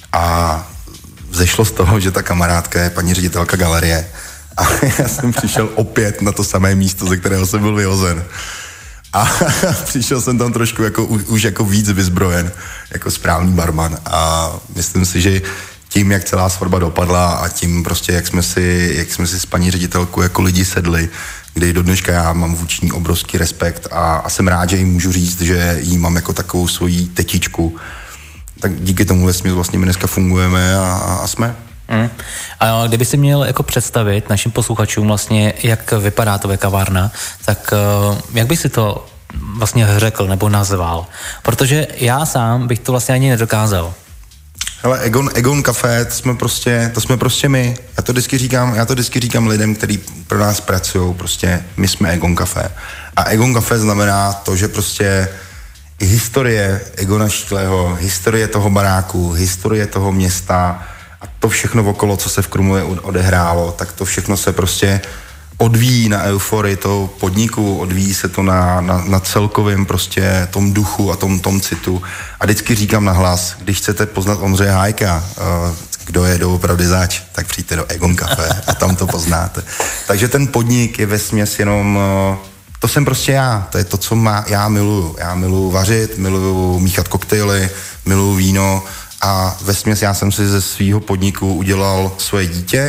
A vzešlo z toho, že ta kamarádka je paní ředitelka galerie a já jsem přišel opět na to samé místo, ze kterého jsem byl vyhozen. A přišel jsem tam trošku jako, už jako víc vyzbrojen, jako správný barman. A myslím si, že tím, jak celá svatba dopadla a tím prostě, jak jsme si, jak jsme si s paní ředitelkou jako lidi sedli, kdy do dneška já mám vůči ní obrovský respekt a, a jsem rád, že jí můžu říct, že jí mám jako takovou svoji tetičku. Tak díky tomu vlastně my dneska fungujeme a, a jsme. Mm. A kdyby si měl jako představit našim posluchačům vlastně, jak vypadá to kavárna, tak jak by si to vlastně řekl nebo nazval? Protože já sám bych to vlastně ani nedokázal. Hele, Egon, Egon Café, to jsme prostě, to jsme prostě my. Já to vždycky říkám, já to vždycky říkám lidem, kteří pro nás pracují, prostě my jsme Egon Café. A Egon Café znamená to, že prostě i historie Egona Šídlého, historie toho baráku, historie toho města a to všechno okolo, co se v Krumlově odehrálo, tak to všechno se prostě odvíjí na euforii toho podniku, odvíjí se to na, na, na celkovém prostě tom duchu a tom, tom citu. A vždycky říkám nahlas, když chcete poznat Ondřeje Hájka, uh, kdo je doopravdy zač, tak přijďte do Egon Café a tam to poznáte. Takže ten podnik je vesměs jenom, uh, to jsem prostě já, to je to, co má, já miluju. Já miluju vařit, miluju míchat koktejly, miluju víno a vesměs já jsem si ze svého podniku udělal svoje dítě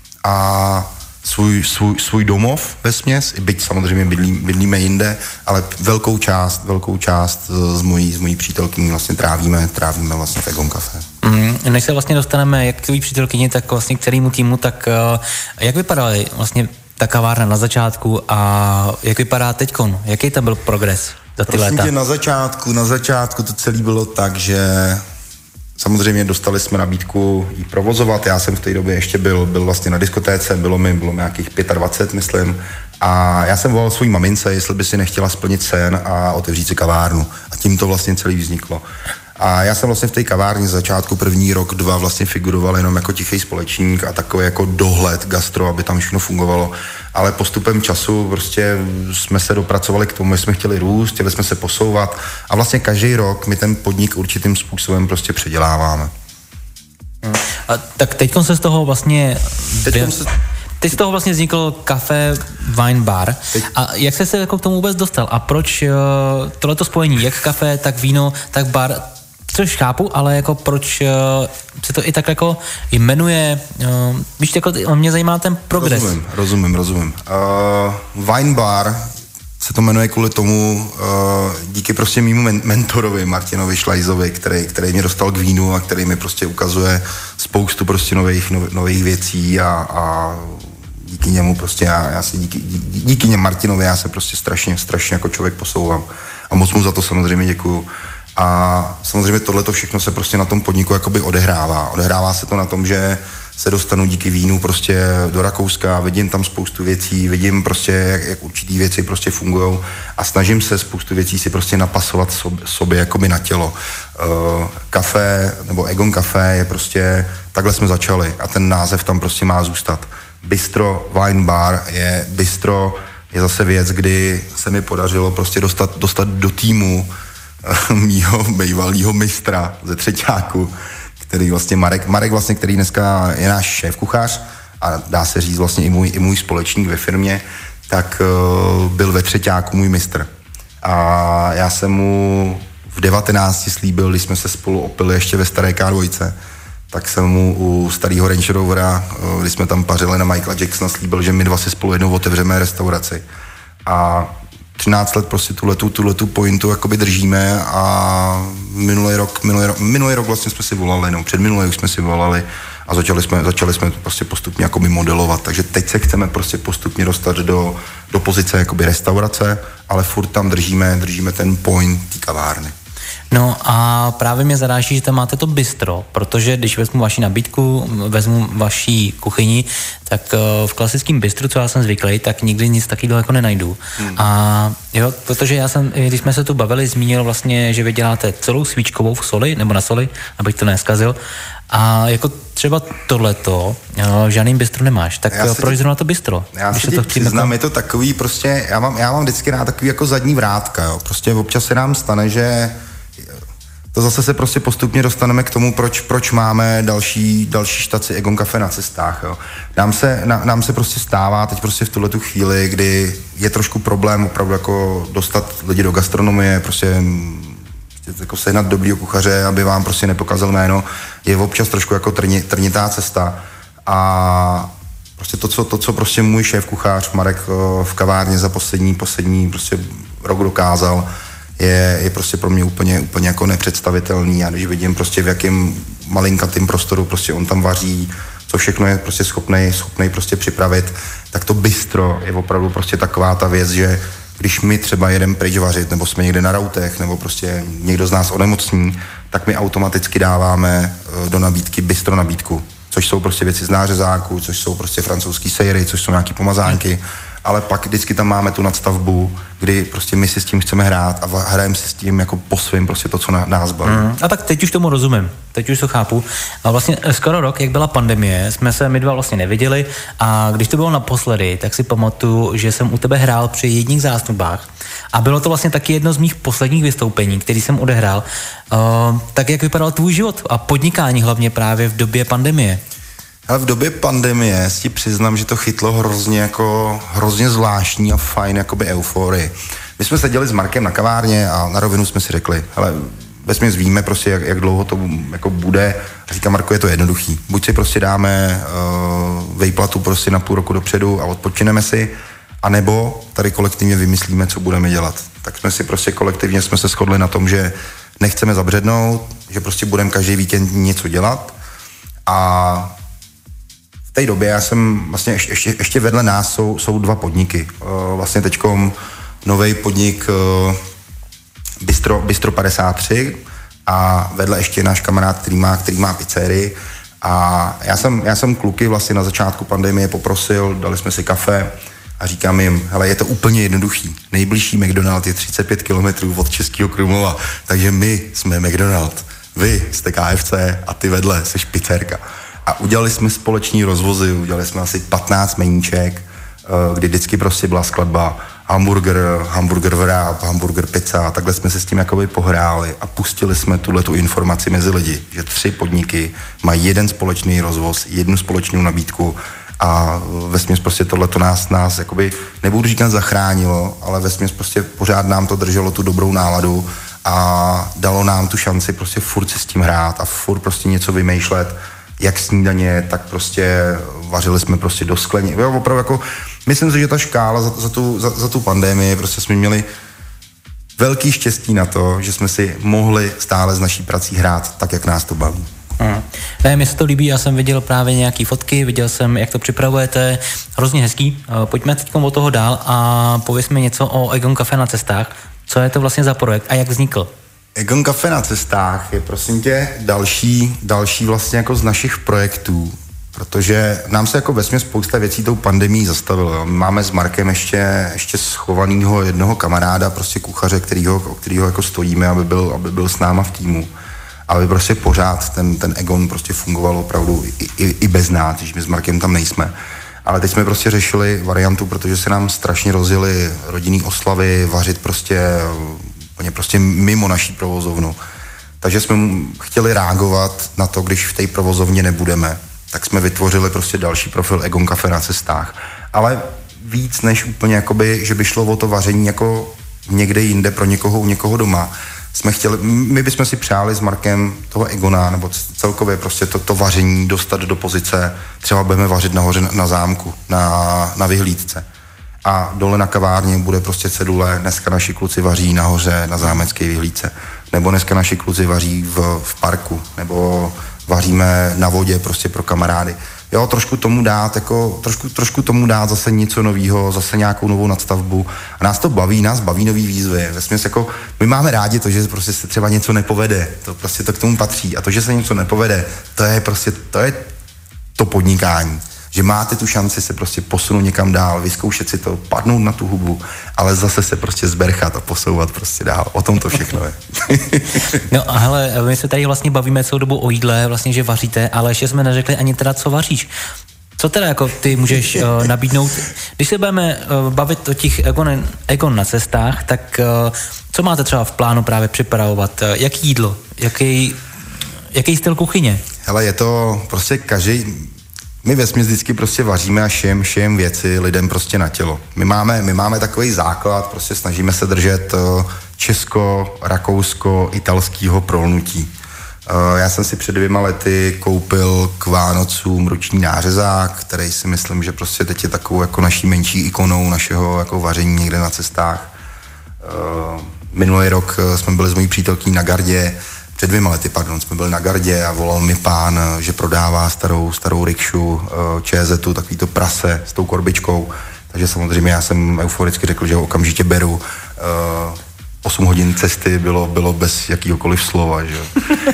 a svůj, svůj, svůj domov vesměs, byť samozřejmě bydlí, bydlíme jinde, ale velkou část, velkou část z mojí, z mojí přítelkyní vlastně trávíme, trávíme vlastně v Egon Café. Mm, než se vlastně dostaneme jak k tvojí přítelkyni, tak vlastně k celému týmu, tak uh, jak vypadala vlastně ta kavárna na začátku a jak vypadá teďkon? Jaký tam byl progres za ty Prosím léta? tě, na začátku, na začátku to celé bylo tak, že samozřejmě dostali jsme nabídku jí provozovat, já jsem v té době ještě byl, byl vlastně na diskotéce, bylo mi, bylo mi nějakých dvacet pět, myslím, a já jsem volal svou mamince, jestli by si nechtěla splnit sen a otevřít si kavárnu. A tím to vlastně celý vzniklo. A já jsem vlastně v té kavárně z začátku první rok, dva vlastně figuroval jenom jako tichý společník a takový jako dohled gastro, aby tam všechno fungovalo. Ale postupem času prostě jsme se dopracovali k tomu, že jsme chtěli růst, chtěli jsme se posouvat a vlastně každý rok my ten podnik určitým způsobem prostě předěláváme. A tak teďkon se z toho vlastně... Teďkon se... Teď z toho vlastně vznikl Café Wine Bar. Teď... A jak jsi se jako k tomu vůbec dostal? A proč uh, tohleto spojení, jak kafe, tak víno, tak bar, což chápu, ale jako proč uh, se to i tak jako jmenuje, uh, víš, jako mě zajímá ten progres. Rozumím, rozumím, rozumím. Uh, Wine Bar se to jmenuje kvůli tomu, uh, díky prostě mýmu men- mentorovi Martinovi Šlajzovi, který, který mě dostal k vínu a který mi prostě ukazuje spoustu prostě nových, nov, nových věcí a, a díky němu prostě já, já si díky, díky, díky němu Martinovi já se prostě strašně, strašně jako člověk posouvám a moc mu za to samozřejmě děkuju. A samozřejmě tohleto všechno se prostě na tom podniku jakoby odehrává. Odehrává se to na tom, že se dostanu díky vínu prostě do Rakouska, vidím tam spoustu věcí, vidím prostě, jak, jak určitý věci prostě fungujou a snažím se spoustu věcí si prostě napasovat sobě, sobě jakoby na tělo. Uh, Café, nebo Egon Café je prostě, takhle jsme začali a ten název tam prostě má zůstat. Bistro Wine Bar je, bistro je zase věc, kdy se mi podařilo prostě dostat, dostat do týmu mýho bývalýho mistra ze třeťáku, který vlastně Marek, Marek vlastně, který dneska je náš šéf kuchař a dá se říct vlastně i můj, i můj společník ve firmě, tak uh, byl ve třeťáku můj mistr. A já jsem mu v devatenácti slíbil, když jsme se spolu opili ještě ve staré ká dva, tak jsem mu u starého Range Rovera, uh, když jsme tam pařili na Michaela Jacksona, slíbil, že my dva si spolu jednou otevřeme restauraci. A třináct let prostě tuhletu, tuhletu pointu jakoby držíme a minulý rok, minulý rok, minulý rok vlastně jsme si volali, no před minulý už jsme si volali a začali jsme, začali jsme prostě postupně jakoby modelovat, takže teď se chceme prostě postupně dostat do, do pozice jakoby restaurace, ale furt tam držíme, držíme ten point té kavárny. No a právě mě zaráží, že tam máte to bistro, protože když vezmu vaši nabídku, vezmu vaší kuchyni, tak v klasickém bistru, co já jsem zvyklý, tak nikdy nic takového jako nenajdu. Hmm. A jo, protože já jsem, když jsme se tu bavili, zmínil vlastně, že vy děláte celou svíčkovou v soli, nebo na soli, abych to neskazil. A jako třeba tohleto v žádným bistru nemáš, tak proč zrovna to bistro? Já si to přiznám, je to takový prostě, já mám, já mám vždycky rád takový jako zadní vrátka, jo. Prostě občas se nám stane, že to zase se prostě postupně dostaneme k tomu, proč, proč máme další, další štaci Egon Café na cestách. Jo. Nám, se, na, nám se prostě stává teď prostě v tuhletu chvíli, kdy je trošku problém opravdu jako dostat lidi do gastronomie, prostě jako sehnat dobrýho kuchaře, aby vám prostě nepokazil jméno, je občas trošku jako trni, trnitá cesta. A prostě to, co, to, co prostě můj šéf kuchař Marek v kavárně za poslední, poslední prostě rok dokázal, je, je prostě pro mě úplně, úplně jako nepředstavitelný. Já když vidím prostě v jakém malinkatým prostoru prostě on tam vaří, co všechno je prostě schopnej, schopnej prostě připravit, tak to bistro je opravdu prostě taková ta věc, že když my třeba jedeme pryč vařit, nebo jsme někde na rautech, nebo prostě někdo z nás onemocní, tak my automaticky dáváme do nabídky bistro nabídku, což jsou prostě věci z nářezáku, což jsou prostě francouzský sejry, což jsou nějaký pomazánky, ale pak vždycky tam máme tu nadstavbu, kdy prostě my si s tím chceme hrát a hrajeme si s tím jako po svým prostě to, co na, nás baví. Mm. A tak teď už tomu rozumím, teď už to chápu. A vlastně skoro rok, jak byla pandemie, jsme se my dva vlastně neviděli a když to bylo naposledy, tak si pamatuju, že jsem u tebe hrál při jedních zástupách a bylo to vlastně taky jedno z mých posledních vystoupení, který jsem odehrál. Uh, tak jak vypadal tvůj život a podnikání hlavně právě v době pandemie? Ale v době pandemie si přiznám, že to chytlo hrozně jako, hrozně zvláštní a fajn jakoby euforii. My jsme seděli s Markem na kavárně a na rovinu jsme si řekli, hele, vesměs víme prostě, jak, jak dlouho to jako bude. A říká Marko, je to jednoduchý. Buď si prostě dáme uh, vejplatu prostě na půl roku dopředu a odpočineme si, anebo tady kolektivně vymyslíme, co budeme dělat. Tak jsme si prostě kolektivně jsme se shodli na tom, že nechceme zabřednout, že prostě budeme každý víkend něco dělat a v té době já jsem vlastně ještě, ještě, ještě vedle nás jsou, jsou dva podniky. Uh, vlastně teďkom nový podnik uh, Bistro, Bistro padesát tři a vedle ještě náš kamarád, který má, který má pizzerii. A já jsem, já jsem kluky vlastně na začátku pandemie poprosil, dali jsme si kafe a říkám jim, hele, je to úplně jednoduchý. Nejbližší McDonald je třicet pět kilometrů od Českého Krumlova, takže my jsme McDonald, vy jste K F C a ty vedle jsi pizzerka. A udělali jsme společní rozvozy, udělali jsme asi patnáct meníček, kdy vždycky prostě byla skladba hamburger, hamburger wrap, hamburger pizza a takhle jsme se s tím jakoby pohráli a pustili jsme tuhletu informaci mezi lidi, že tři podniky mají jeden společný rozvoz, jednu společnou nabídku a vesměs prostě tohleto nás, nás jakoby, nebudu říkat zachránilo, ale vesměs prostě pořád nám to drželo tu dobrou náladu a dalo nám tu šanci prostě furt se s tím hrát a furt prostě něco vymýšlet, jak snídaně, tak prostě vařili jsme prostě do skleně. Jo, opravdu jako, myslím si, že ta škála za, za, tu, za, za tu pandemii, prostě jsme měli velký štěstí na to, že jsme si mohli stále s naší prací hrát tak, jak nás to baví. Hmm. Ne, mně se to líbí, já jsem viděl právě nějaký fotky, viděl jsem, jak to připravujete, hrozně hezký. Pojďme teď od toho dál a pověz mi něco o Egon Café na cestách. Co je to vlastně za projekt a jak vznikl? Egon Café na cestách je prosím tě další, další vlastně jako z našich projektů, protože nám se jako vesměs spousta věcí tou pandemií zastavilo. My máme s Markem ještě, ještě schovanýho jednoho kamaráda, prostě kuchaře, kterýho, o kterýho jako stojíme, aby byl, aby byl s náma v týmu. Aby prostě pořád ten, ten Egon prostě fungoval opravdu i, i, i bez nás, když my s Markem tam nejsme. Ale teď jsme prostě řešili variantu, protože se nám strašně rozjeli rodinný oslavy, vařit prostě prostě mimo naší provozovnu. Takže jsme chtěli reagovat na to, když v té provozovně nebudeme. Tak jsme vytvořili prostě další profil Egon Café na cestách. Ale víc než úplně jakoby, že by šlo o to vaření jako někde jinde pro někoho u někoho doma. Jsme chtěli, my bychom si přáli s Markem toho Egona, nebo celkově prostě to, to vaření dostat do pozice, třeba budeme vařit nahoře na, na zámku, na, na vyhlídce. A dole na kavárně bude prostě cedule, dneska naši kluci vaří nahoře na zámecké vyhlídce, nebo dneska naši kluci vaří v, v parku, nebo vaříme na vodě prostě pro kamarády. Jo, trošku tomu dát, jako, trošku, trošku tomu dát zase něco novýho, zase nějakou novou nadstavbu. A nás to baví, nás baví nový výzvy. Vesměs jako, my máme rádi to, že prostě se třeba něco nepovede, to prostě to k tomu patří. A to, že se něco nepovede, to je prostě, to je to podnikání. Že máte tu šanci se prostě posunout někam dál, vyzkoušet si to, padnout na tu hubu, ale zase se prostě zberchat a posouvat prostě dál. O tom to všechno je. No a hele, my se tady vlastně bavíme celou dobu o jídle, vlastně, že vaříte, ale ještě jsme neřekli ani teda, co vaříš. Co teda jako ty můžeš uh, nabídnout, Když se budeme uh, bavit o těch Egon, Egon na cestách, tak uh, co máte třeba v plánu právě připravovat? Uh, jaký jídlo? Jaký, jaký styl kuchyně? Hele, je to prostě každý... My vesměs vždycky prostě vaříme a šijem, šijem věci lidem prostě na tělo. My máme, my máme takový základ, prostě snažíme se držet česko, rakousko, italského prolnutí. Já jsem si před dvěma lety koupil k Vánocům ruční nářezák, který si myslím, že prostě teď je takovou jako naší menší ikonou našeho jako vaření někde na cestách. Minulý rok jsme byli s mojí přítelkyní na Gardě, před dvěma lety, pardon, jsme byli na Gardě a volal mi pán, že prodává starou, starou rikšu ČZu, takový to prase s tou korbičkou, takže samozřejmě já jsem euforicky řekl, že ho okamžitě beru. osm hodin cesty bylo, bylo bez jakýhokoliv slova, že jo.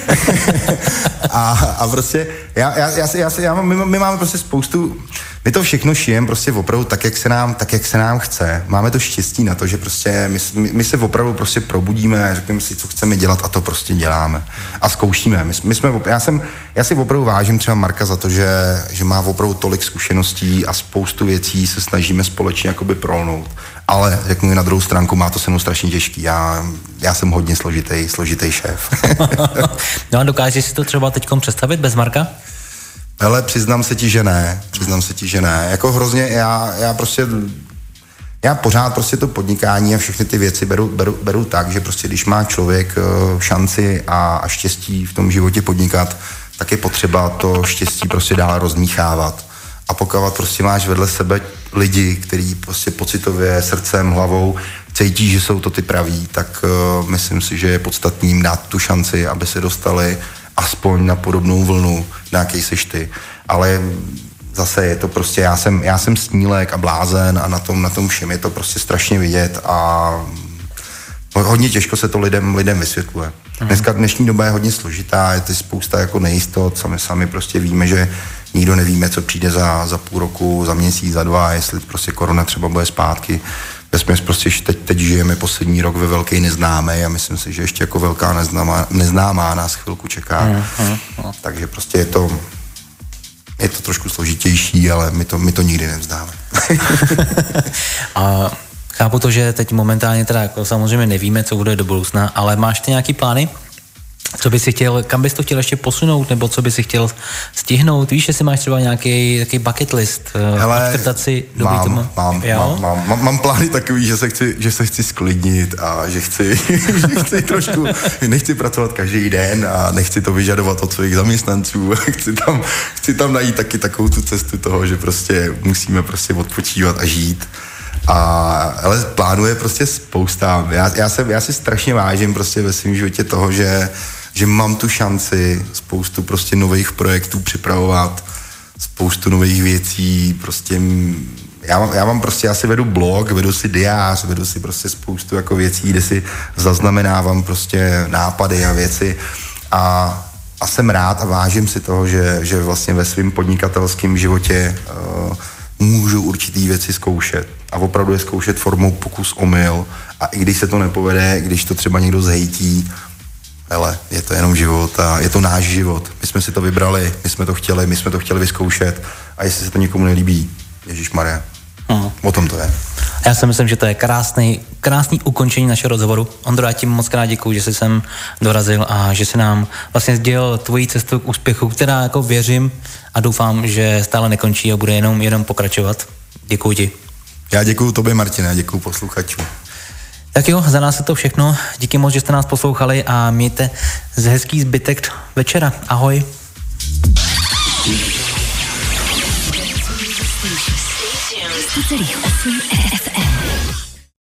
a, a prostě, já, já, já, já, já, my, my máme prostě spoustu, my to všechno šijeme prostě opravdu tak, jak se nám, tak, jak se nám chce. Máme to štěstí na to, že prostě my, my se opravdu prostě probudíme, řekneme si, co chceme dělat a to prostě děláme. A zkoušíme. My, my jsme, já, jsem, já si opravdu vážím třeba Marka za to, že, že má opravdu tolik zkušeností a spoustu věcí se snažíme společně jakoby prolnout. Ale, řeknu na druhou stránku, má to se mnou strašně těžký. Já, já jsem hodně složitý, složitý šéf. No a dokážeš si to třeba teďkom představit bez Marka? Hele, přiznám se ti, že ne. Přiznám se ti, že ne. Jako hrozně, já, já prostě, já pořád prostě to podnikání a všechny ty věci beru, beru, beru tak, že prostě když má člověk šanci a, a štěstí v tom životě podnikat, tak je potřeba to štěstí prostě dál rozmíchávat. A pokud prostě máš vedle sebe lidi, kteří prostě pocitově, srdcem, hlavou cítí, že jsou to ty praví, tak uh, myslím si, že je podstatný jim dát tu šanci, aby se dostali aspoň na podobnou vlnu, na jaký seš ty. Ale zase je to prostě, já jsem, já jsem snílek a blázen a na tom, na tom všem je to prostě strašně vidět a hodně těžko se to lidem, lidem vysvětluje. Dneska dnešní doba je hodně složitá, je to spousta jako nejistot, sami sami prostě víme, že nikdo nevíme, co přijde za, za půl roku, za měsíc, za dva, jestli prostě korona třeba bude zpátky. Vesměs prostě teď, teď žijeme poslední rok ve velké neznámé a myslím si, že ještě jako velká neznámá, neznámá nás chvilku čeká. Mm, mm, mm. Takže prostě je to, je to trošku složitější, ale my to, my to nikdy nevzdáme. A chápu to, že teď momentálně teda jako samozřejmě nevíme, co bude do budoucna, ale máš ty nějaký plány? Co bys si chtěl, kam bys to chtěl ještě posunout, nebo co bys si chtěl stihnout? Víš, jestli máš třeba nějaký takový bucket list, odkrtat si do mám, bytoma? mám, mám, mám, mám, mám plány takový, že se chci, že se chci sklidnit a že chci, že chci trošku, nechci pracovat každý den a nechci to vyžadovat od svých zaměstnanců. Chci tam, chci tam najít taky takovou tu cestu toho, že prostě musíme prostě odpočívat a žít. A ale plánuje prostě spousta. Já, já, se, já si strašně vážím prostě ve svém životě toho, že že mám tu šanci spoustu prostě nových projektů připravovat, spoustu nových věcí, prostě já mám, já mám prostě, já si vedu blog, vedu si diář, vedu si prostě spoustu jako věcí, kde si zaznamenávám prostě nápady a věci a, a jsem rád a vážím si toho, že, že vlastně ve svém podnikatelském životě uh, můžu určitý věci zkoušet a opravdu je zkoušet formou pokus omyl a i když se to nepovede, když to třeba někdo zhejtí, hele, je to jenom život a je to náš život. My jsme si to vybrali, my jsme to chtěli, my jsme to chtěli vyzkoušet a jestli se to někomu nelíbí, ježišmarja, uh-huh. O tom to je. Já si myslím, že to je krásný, krásný ukončení našeho rozhovoru. Ondro, já ti moc krát děkuju, že jsi sem dorazil a že jsi nám vlastně sdělil tvoji cestu k úspěchu, která jako věřím a doufám, že stále nekončí a bude jenom, jenom pokračovat. Děkuju ti. Já děkuju tobě, Martina, děkuju posluchačům. Tak jo, za nás je to všechno. Díky moc, že jste nás poslouchali a mějte hezký zbytek večera. Ahoj. Stay tuned.